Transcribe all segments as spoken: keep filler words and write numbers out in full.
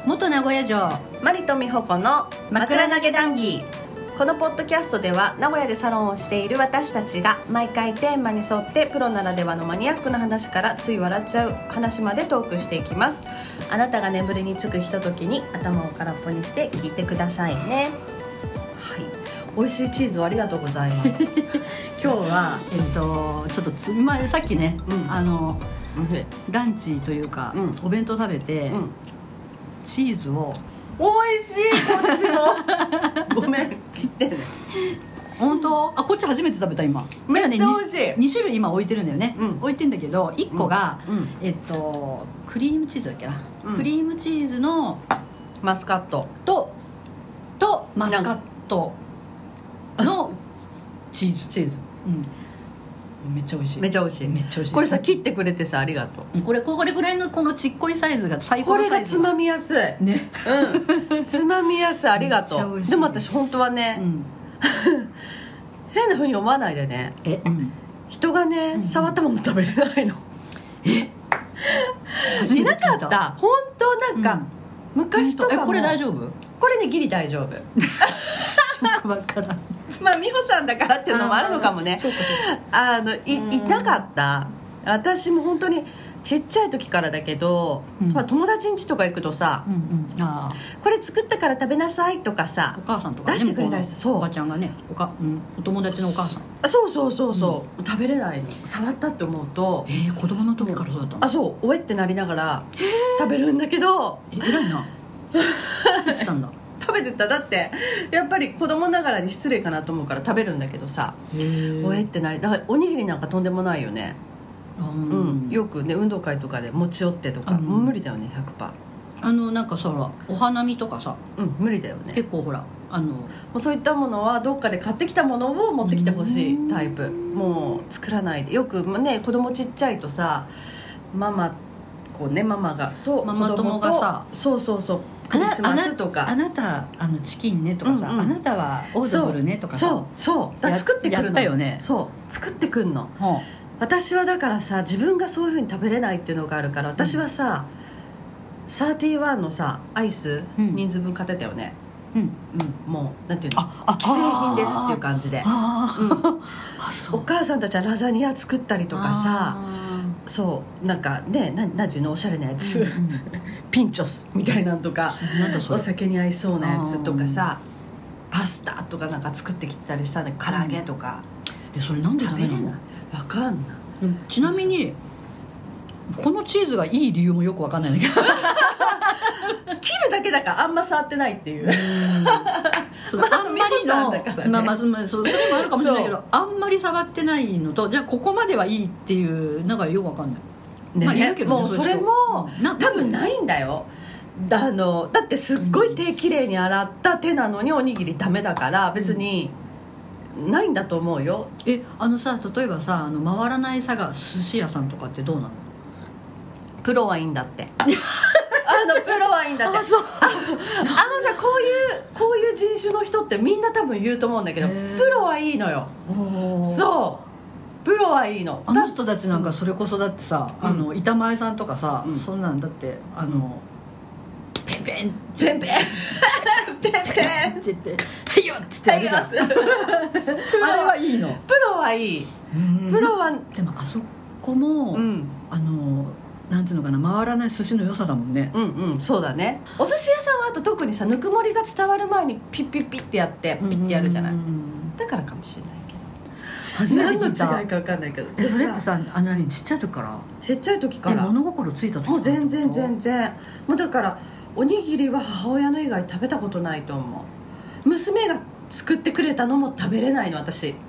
元名古屋城マリと美穂子の枕投げ談義。 このポッドキャストでは名古屋でサロンをしている私たちが毎回テーマに沿ってプロならではのマニアックな話からつい笑っちゃう話までトークしていきます。あなたが眠りにつくひとときに頭を空っぽにして聞いてくださいね。はい、美味しいチーズをありがとうございます今日は、えっと、ちょっとつ、まあ、さっきね、うん、あのランチというか、うん、お弁当食べて、うん、チーズを美味しいこっちもごめん切ってね。 本当？あ、こっち初めて食べた今。 めっちゃ美味しい。 に, に種類今置いてるんだよね、うん、置いてんだけどいっこが、うん、えっとクリームチーズだっけな、うん、クリームチーズのマスカットととマスカットのチーズチーズ、 うん、めっちゃ美味しい。 めっちゃ美味しい。 めっちゃ美味しい。 これさ切ってくれてさありがとう。 これこれぐらいのこのちっこいサイズが最高のサイズ。 これがつまみやすいね。 うん。つまみやすいありがとう。でも私本当はね、うん、変な風に思わないでね。 え、うん、 人がね、うん、触ったもの食べれないの。 え？ いなかった。本当なんか、うん、昔とかも。 え、これ大丈夫？ これねギリ大丈夫。 よくわからん。 まあ美穂さんだからっていうのもあるのかもね。あの い, いなかった。私も本当にちっちゃい時からだけど、うん、友達ん家とか行くとさ、うんうん、あこれ作ったから食べなさいとかさ、 お母さんとか、ね、 出してくれたりさ、そうおばちゃんがね お, か、うん、お友達のお母さん、 そうそうそうそう、うん、食べれないの。触ったって思うと、 えー、子供の時からそうだったの？ あ、そうおえってなりながら食べるんだけど、 え偉いな。食べてたんだ。 食べてた。だってやっぱり子供ながらに失礼かなと思うから食べるんだけどさ、おえってなりだからおにぎりなんかとんでもないよね。うん、よくね運動会とかで持ち寄ってとか、うん、無理だよね ひゃくパーセント。 あのなんかさお花見とかさ、 うん、無理だよね。 結構ほらあのもうそういったものはどっかで買ってきたものを持ってきてほしいタイプ。もう作らないで。よくね子供ちっちゃいとさママこうねママがとママ友がさ、 そうそうそうクリスマスとかあ, あ, なあなたあのチキンねとかさ、うんうん、あなたはオードブルねとかさ、 そうそうだ作ってくるの。 やったよね。 そう作ってくるの、はあ、私はだからさ自分がそういう風に食べれないっていうのがあるから、私はさ、うん、サーティワンのさアイス、うん、人数分買ってたよね。うんうん、もうなんていうの既製品ですっていう感じで、あ、うん、あそう。お母さんたちはラザニア作ったりとかさ、そうなんかねななんていうのおしゃれなやつ、うんうん、ピンチョスみたいなのとかお酒に合いそうなやつとかさパスタとかなんか作ってきてたりしたんだけど、唐揚げとか、 うん、えそれなんでダメなの？ 食べれない。わかんない。 ちなみにこのチーズがいい理由もよくわかんないんだけど切るだけだからあんま触ってないっていう、うんそのあんまりの、ね、まあまあそれもあるかもしれないけどあんまり触ってないのと、じゃあここまではいいっていうなんかよくわかんない、 ね、まあ、言うけどね、もうそれもな多分ないんだよ。あのだってすっごい手きれいに洗った手なのにおにぎりダメだから別にないんだと思うよ。 えあのさ例えばさあの回らない佐賀寿司屋さんとかってどうなの？ プロはいいんだってあのプロはいいんだって。あそうあのさこういうこういう人種の人ってみんな多分言うと思うんだけど、プロはいいのよ。そうプロはいいの。 あの人たちなんかそれこそだってさ、うん、あの板前さんとかさ、うん、そんなんだってあのペンペンペンペンペンペンって言って「はいよ!」って言ってやるじゃんあれはいいの。 プロはいい。プロはでもあそこも、うん、あのなんていうのかな回らない寿司の良さだもんね。 うんうんそうだね。お寿司屋さんはあと特にさぬくもりが伝わる前にピッピッピッってやってピッてやるじゃない。だからかもしれないけど初めて聞いた。何の違いか分かんないけど。 えそれってさあ何ちっちゃい時からちっちゃい時から物心ついた時からもう全然全然もうだからおにぎりは母親の以外食べたことないと思う。娘が作ってくれたのも食べれないの私。え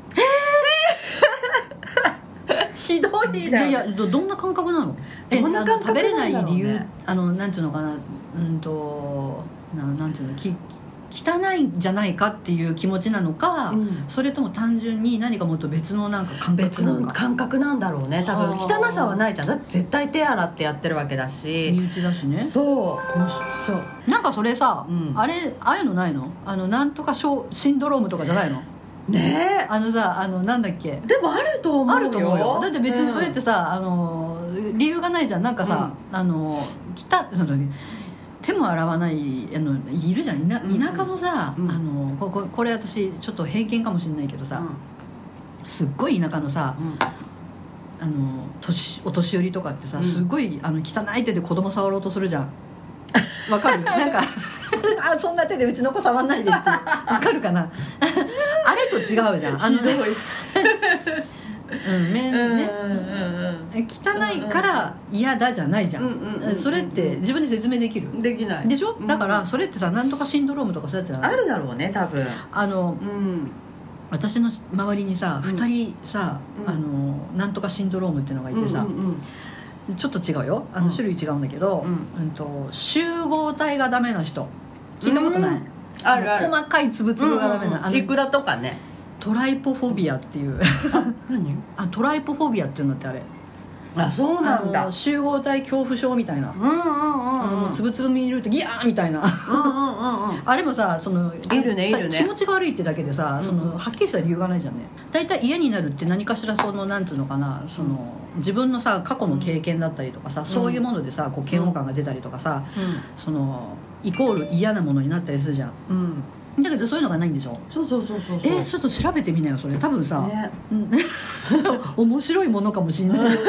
ー、ひどいね。 いやいや ど, どんな感覚なの？ どんな感覚なんだろうね。 食べれない理由あのなんていうのかなうんとななんていうのき汚いんじゃないかっていう気持ちなのか、うん、それとも単純に何かもっと別のなんか感覚なのか。 別の感覚なんだろうね多分。汚さはないじゃん。だって絶対手洗ってやってるわけだし身内だしね。 そうそうなんかそれさ、うん、あれああいうのないの？あのなんとかシンドロームとかじゃないの？ねえあのさあのなんだっけ。 でもあると思うよ。 あると思うよ。だって別にそれってさ、うん、あの理由がないじゃん。なんかさ、うん、あの汚なんだっけ手も洗わないあのいるじゃん、田舎のさ、 うんうん、 あの こ, こ, これ私ちょっと偏見かもしれないけどさ、うん、すっごい田舎のさ、うん、あの 年, お年寄りとかってさ、すごいあの汚い手で子供触ろうとするじゃん。わかるなんかあそんな手でうちの子触んないでってわかるかなあれと違うじゃん、あのねうんね、ね、汚いから嫌だじゃないじゃん、うんうんうん、それって自分で説明できる？ できないでしょ、うん、だからそれってさなんとかシンドロームとかそういうやつじゃない？ あるだろうね多分。 あの、 うん、 私の周りにさ、うん、ふたりさ、うん、あのなんとかシンドロームっていうのがいてさ、うんうんうん、ちょっと違うよ、あの種類違うんだけど、うんうん、と集合体がダメな人聞いたことない？うん、 あるある。 細かい粒々がダメな、うんうん、 イクラとかね、 トライポフォビアっていう何あトライポフォビアっていうんだって。あれあそうなんだ。 集合体恐怖症みたいな、 うんうんうんうん、 つぶつぶ見るとギャーみたいなうんうんうん、うん、あれもさそのいるねいるね、 気持ちが悪いってだけでさ、そのはっきりした理由がないじゃんね。だいたい嫌になるって何かしらそのなんつうのかな、その自分のさ過去の経験だったりとかさ、うん、そういうものでさこう嫌悪感が出たりとかさ、うん、そのイコール嫌なものになったりするじゃん、うん、だけどそういうのがないんでしょ。 そうそうそうそう。 えー、ちょっと調べてみなよそれ。多分さ、 ね、 面白いものかもしんない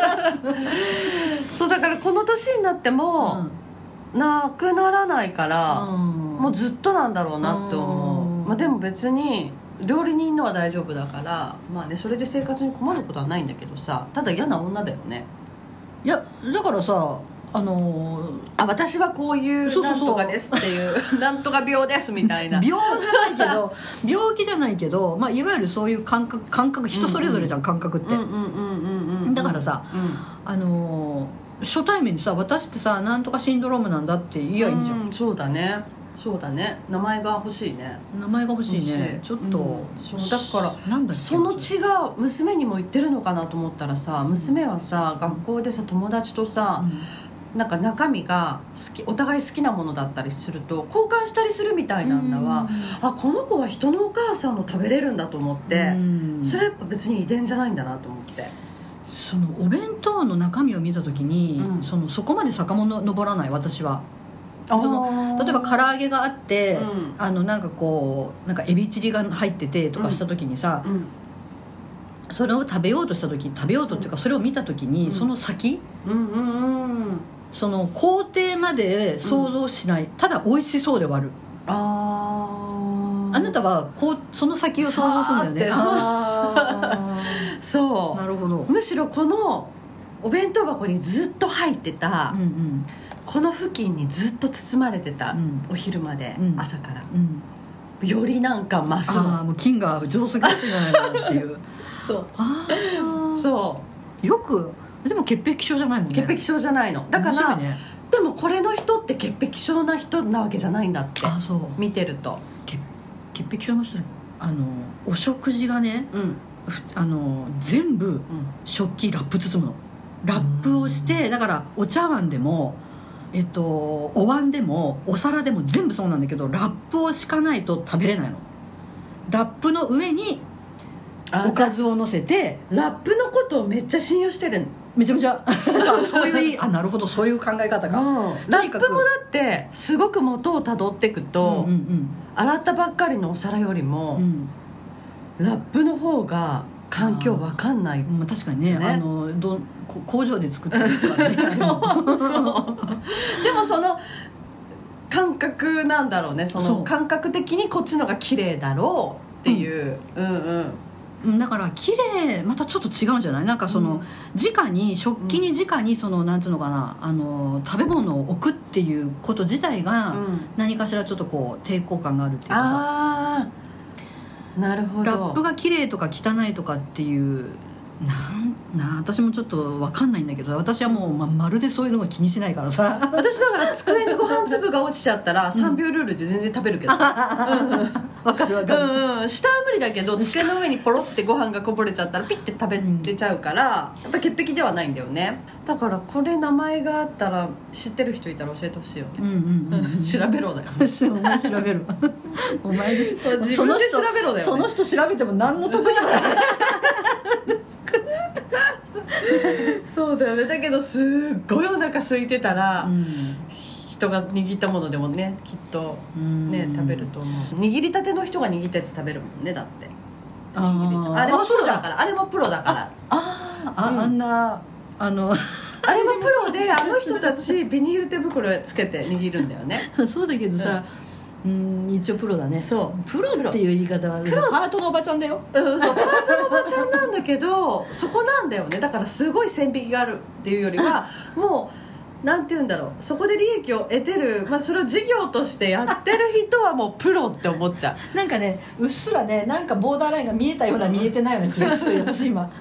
そうだからこの年になっても、うん、なくならないから、うん、もうずっとなんだろうなって思う、うん、まあ、でも別に料理人のは大丈夫だからまあね、それで生活に困ることはないんだけどさ、ただ嫌な女だよね。いやだからさあのー、 あ私はこういうなんとかですっていうなんとか病ですみたいな病じゃないけど病気じゃないけど、まあ、いわゆるそういう感覚感覚人それぞれじゃん、うんうん、感覚ってだからさ、うん、あのー、初対面にさ私ってさなんとかシンドロームなんだって言えばいいじゃん、 うん、そうだねそうだね、名前が欲しいね。 名前が欲しいねちょっと、うん、 そうだからなんだその血が娘にも言ってるのかなと思ったらさ、娘はさ学校でさ友達とさ、うん、なんか中身が好きお互い好きなものだったりすると交換したりするみたいなんだわ、うん、あこの子は人のお母さんの食べれるんだと思って、うん、それやっぱ別に遺伝じゃないんだなと思って。 そのお弁当の中身を見た時に、うん、そのそこまで遡らない私は。その例えば唐揚げがあって、うん、あのなんかこうなんかエビチリが入っててとかした時にさ、うん、それを食べようとした時食べようとっていうかそれを見た時に、うん、その先、うんうんうん、その工程まで想像しない、うん、ただ美味しそうで終わる。ああなたはこうその先を想像するんだよね。 あそうなるほど。 むしろこのお弁当箱にずっと入ってた、うんうん、この付近にずっと包まれてた、うん、お昼まで、うん、朝から、うん、よりなんか増すの。 あもう菌が上手がしないなっていうそうあそうよくでも潔癖症じゃないもんね。 潔癖症じゃないのだから、ね、でもこれの人って潔癖症な人なわけじゃないんだってあそう見てると潔癖症の人あのお食事がね、うん、あの全部食器ラップ包むの。ラップをしてだからお茶碗でもえっと、お椀でもお皿でも全部そうなんだけどラップを敷かないと食べれないの。ラップの上におかずを乗せてラップのことをめっちゃ信用してる。 めちゃめちゃそういうあなるほどそういう考え方が、うん、 ラップもだってすごく元をたどっていくと、うんうんうん、洗ったばっかりのお皿よりも、うん、ラップの方が環境わかんない、 まあ、確かにねあのど工場で作ってるからねそうそうでもその感覚なんだろうね。その感覚的にこっちのが綺麗だろうっていう、うん、うんうんだから綺麗またちょっと違うんじゃない。なんかその、うん、直に食器に直にそのなんていうのかなあの食べ物を置くっていうこと自体が何かしらちょっとこう抵抗感があるっていうかさ、 あなるほど。 ラップが綺麗とか汚いとかっていうなんな私もちょっと分かんないんだけど私はもう、ま、まるでそういうのが気にしないからさ私だから机にご飯粒が落ちちゃったらさんびょうルールで全然食べるけど、うん、分かる分かる、 うんうん、下は無理だけど机の上にポロってご飯がこぼれちゃったらピッて食べれちゃうから、うん、やっぱ潔癖ではないんだよね。だからこれ名前があったら知ってる人いたら教えてほしいよね、うんうんうん、調べろだよお前調べろお前で自分で調べろだよ、ね、 その人調べても何の得にもないそうだよね。だけどすっごいお腹空いてたら、うん、 人が握ったものでもねきっとね食べると思う。握りたての人が握ったやつ食べるもんね。だってああれもプロだから。あれもプロだからああ、うん、あんなあのあれもプロであの人たちビニール手袋つけて握るんだよねそうだけどさ、うん、うん一応プロだね。 そうプロっていう言い方はパートのおばちゃんだよ、 うん、そうパートのおばちゃんなんだけどそこなんだよね。だからすごい線引きがあるっていうよりはもうなんて言うんだろう、そこで利益を得てる、まあ、それを事業としてやってる人はもうプロって思っちゃうなんかねうっすらねなんかボーダーラインが見えたような見えてないような気がする私今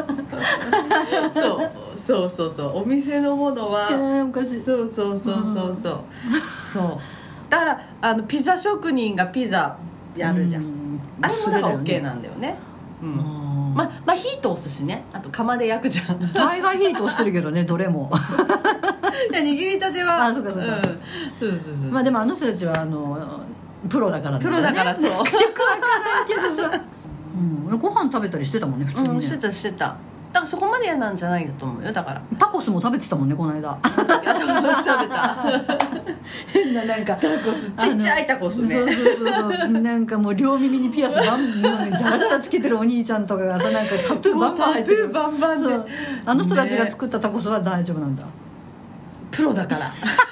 そうそうそうそうお店のものは、 えー、おかしい。 そうそうそうそうそう、うん、そうだからあのピザ職人がピザやるじゃん、うん、あれもなんか OK なんだよね。うん、ま, まあ火通すしね。あと釜で焼くじゃん。 大概火通してるけどねどれもいや握りたてはあそうかそうか、うん、そうそうそう。まあでもあの人たちはあのプロだからね。 プロだからそうよくわからんけどさ、うん、ご飯食べたりしてたもんね普通にね、 うん、してたしてた。だからそこまで嫌なんじゃないと思うよ。だからタコスも食べてたもんねこの間。 タコス食べた変ななんかタコスちっちゃいタコスね。 そうそうそうそうなんかもう両耳にピアスバンバンジャラジャラつけてるお兄ちゃんとかがさなんかタトゥーバンバン入ってる。 タトゥーバンバンでそうあの人たちが作ったタコスは大丈夫なんだ、ね、 プロだから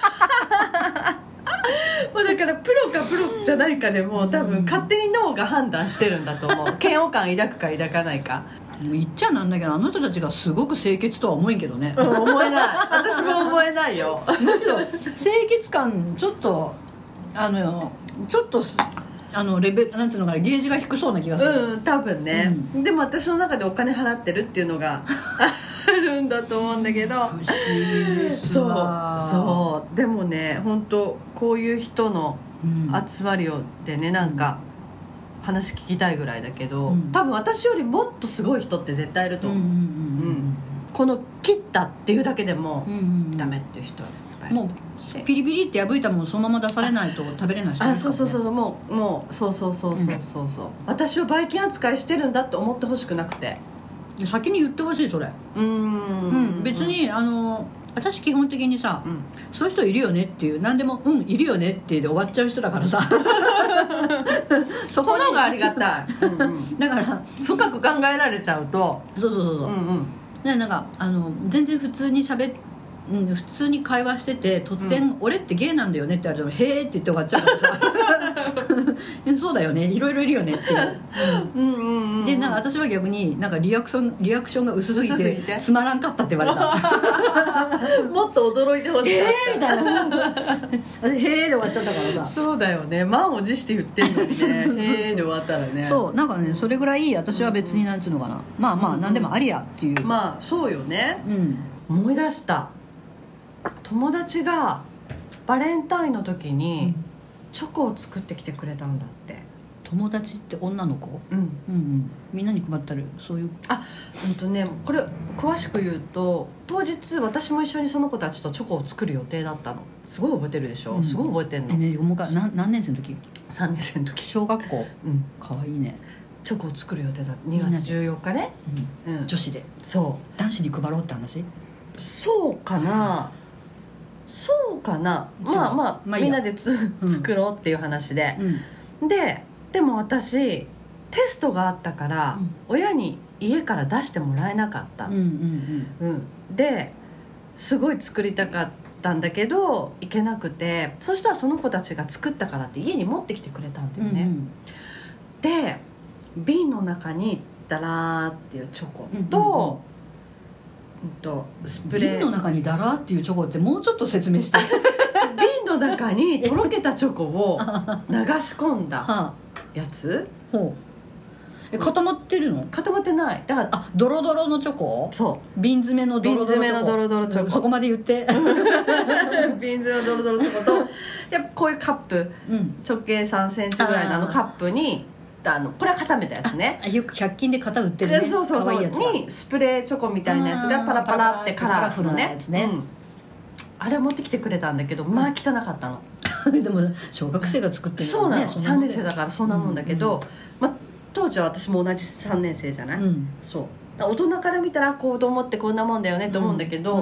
もうだからプロかプロじゃないかでも多分勝手に脳が判断してるんだと思う。嫌悪感抱くか抱かないか。 言っちゃなんだけどあの人たちがすごく清潔とは思えんけどね、 うん、思えない私も思えないよむしろ清潔感ちょっとあのちょっとあのレベルなんていうのかなゲージが低そうな気がする。 うん多分ね、うん、でも私の中でお金払ってるっていうのがあるんだと思うんだけど不思議ですわ。そうそうでもね本当こういう人の集まりをでねなんか、うん話聞きたいぐらいだけど、うん、多分私よりもっとすごい人って絶対いると思う。この切ったっていうだけでもダメっていう人はもうピリピリって破いたものそのまま出されないと食べれない人いるかもね。 あそうそうそうもうもうそうそうそうそうそうそう、うん、私をばい菌扱いしてるんだって思ってほしくなくて先に言ってほしいそれ。うん、うん、別にあの私基本的にさ、うん、そういう人いるよねっていう何でもうんいるよねってで終わっちゃう人だからさそこの方がありがたいうん、うん、 だから深く考えられちゃうとそうそうそうそう、うんうん、でなんかあの全然普通にしゃべうん、普通に会話してて突然、うん、俺ってゲイなんだよねって言われてもへーって言って終わっちゃうからさそうだよねいろいろいるよねっていう、うんうんうんうん、でなんか私は逆になんかリアクションリアクションが薄すぎ て, すぎてつまらんかったって言われたもっと驚いてほしかったえーみたいなへーで終わっちゃったからさそうだよね満を持して言ってんのにねそうそうそうへーで終わったらねそうなんかねそれぐらい私は別になんつうのかな、うんうん、まあまあ何でもありやっていう、 まあそうよね、うん、思い出した友達がバレンタインの時にチョコを作ってきてくれたんだって。 友達って女の子、 うん、うんうんみんなに配ったるそういうあうんとねこれ詳しく言うと当日私も一緒にその子たちとチョコを作る予定だったの。すごい覚えてるでしょ、うん、すごい覚えてんの。 えねもうか何何年生の時さんねん生の時小学校うんかわいいね。 チョコを作る予定だにがつじゅうよっかね、 うんうん、女子でそう男子に配ろうって話そうかなそうかなまあまあ、まあ、みんなでつ、うん、作ろうっていう話で、うん、ででも私テストがあったから、うん、親に家から出してもらえなかった、うんうんうんうん、ですごい作りたかったんだけど行けなくてそしたらその子たちが作ったからって家に持ってきてくれたんだよね、うんうん、で瓶の中にダラーっていうチョコと、うんうんうんとスプレー瓶の中にダラーっていうチョコってもうちょっと説明して瓶の中にとろけたチョコを流し込んだやつほうえ固まってるの？ 固まってないだからあドロドロのチョコそう瓶詰めのドロドロチョコ瓶詰めのドロドロチョコそこまで言って瓶詰めのドロドロチョコとやっぱこういうカップ、うん、直径さんセンチぐらいのあのカップにあのこれは固めたやつねあよくひゃく均で型売ってるねそうそうそうにスプレーチョコみたいなやつがパラパラってカラフルなやつね、うん、あれ持ってきてくれたんだけどまあ汚かったのでも小学生が作ってるからねそうなのさんねん生だからそんなもんだけど、うんうんまあ、当時は私も同じさんねん生じゃない、うん、そう大人から見たら子供ってこんなもんだよねと思うんだけど、うんうん、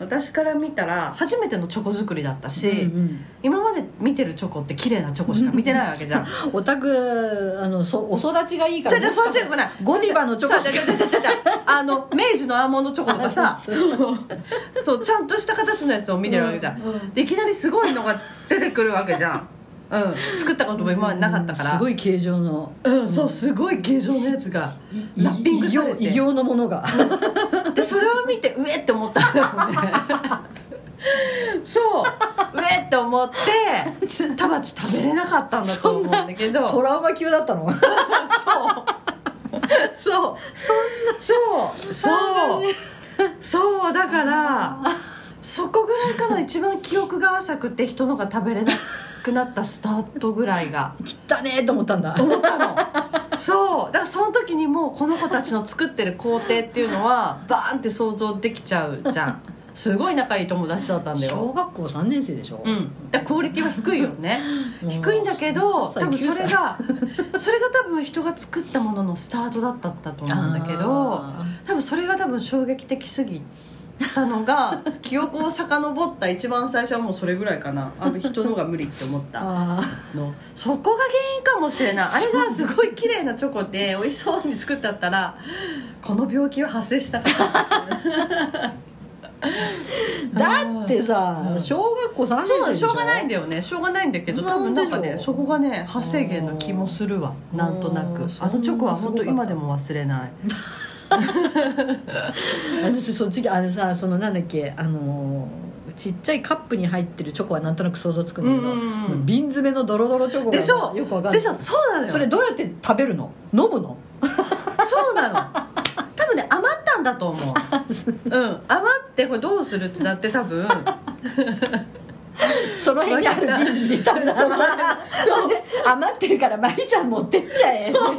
私から見たら初めてのチョコ作りだったし、うんうん、今まで見てるチョコって綺麗なチョコしか見てないわけじゃんオタクあのそお育ちがいいからじゃじゃそう違うゴディバのチョコしかあの明治のアーモンドチョコとかさそうちゃんとした形のやつを見てるわけじゃん、うんうん、でいきなりすごいのが出てくるわけじゃんうん、作ったことも今までなかったから、 うん、すごい形状の、 うん、そうすごい形状のやつがラッピングされて異形のものがでそれを見てうえって思ったんだよねそううえって思って田鉢食べれなかったんだと思うんだけどトラウマ級だったのそうそうそうそうそうだからそこぐらいかな一番記憶が浅くて人のが食べれなくなったスタートぐらいが汚ねえと思ったんだ思ったのそうだからその時にもうこの子たちの作ってる工程っていうのはバーンって想像できちゃうじゃんすごい仲いい友達だったんだよ小学校さんねん生でしょ、 うん、だからクオリティは低いよね低いんだけど多分それがそれが多分人が作ったもののスタートだったと思うんだけど多分それが多分衝撃的すぎたのが記憶を遡った一番最初はもうそれぐらいかなあの人のが無理って思ったのそこが原因かもしれないあれがすごい綺麗なチョコで美味しそうに作ってあったらこの病気は発生したかっただってさ、うん、小学校さんねん生でしょそうしょうがないんだよねしょうがないんだけど多分なんかねそこがね発生源の気もするわなんとなくあのチョコは本当今でも忘れない私そっちあのさそのなんだっけあのちっちゃいカップに入ってるチョコはなんとなく想像つくんだけど、うんうん、瓶詰めのドロドロチョコがでしょよくわかんないでしょそうなのよそれどうやって食べるの飲むのそうなの多分ね余ったんだと思ううん余ってこれどうするってなって多分その辺にある瓶に入れたんだそう余ってるからマリちゃん持ってっちゃえそう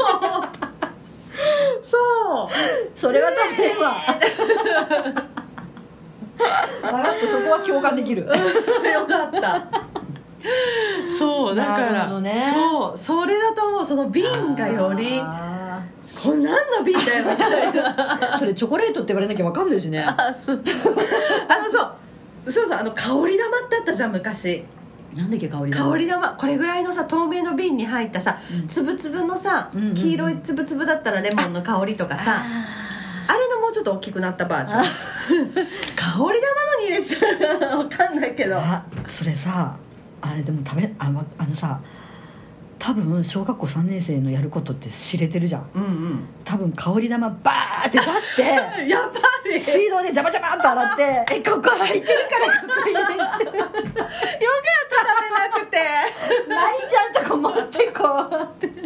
そうそれは大変わ分かってそこは共感できるよかったそうだから、ね、そうそれだと思うその瓶がよりこれ何の瓶だよみたいなそれチョコレートって言われなきゃ分かんないしねあそうあのそうそうそうあの香り玉ってあったじゃん昔なんだっけ香り玉香り玉これぐらいのさ透明の瓶に入ったさ、うん、つぶつぶのさ、うんうんうん、黄色いつぶつぶだったらレモンの香りとかさ あ, あれのもうちょっと大きくなったバージョン香り玉のに入れてたら分かんないけどあそれさあれでも食べ あ, あのさ多分小学校さんねん生のやることって知れてるじゃん、うんうん、多分香り玉バーって出してやっぱり水道でジャバジャバっと洗ってえここ入ってるからここ入れてよかった食べなくてマリちゃんとこ持ってこうって食べな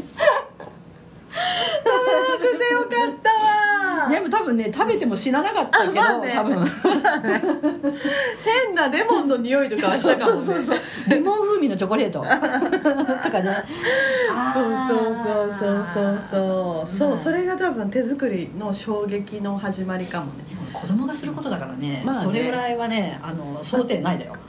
くてよかったわでも多分ね食べても知らなかったけど、まあね、多分変なレモンの匂いとかはしたかもねそうそうそうレモン風味のチョコレートとかねそうそうそうそうそうそうそう、うん、それが多分手作りの衝撃の始まりかもね子供がすることだからね、まあねそれぐらいはねあの想定ないだよ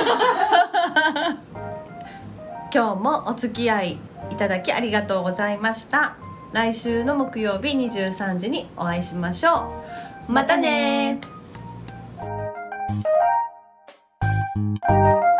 今日もお付き合いいただきありがとうございました来週の木曜日にじゅうさんじにお会いしましょうまたねー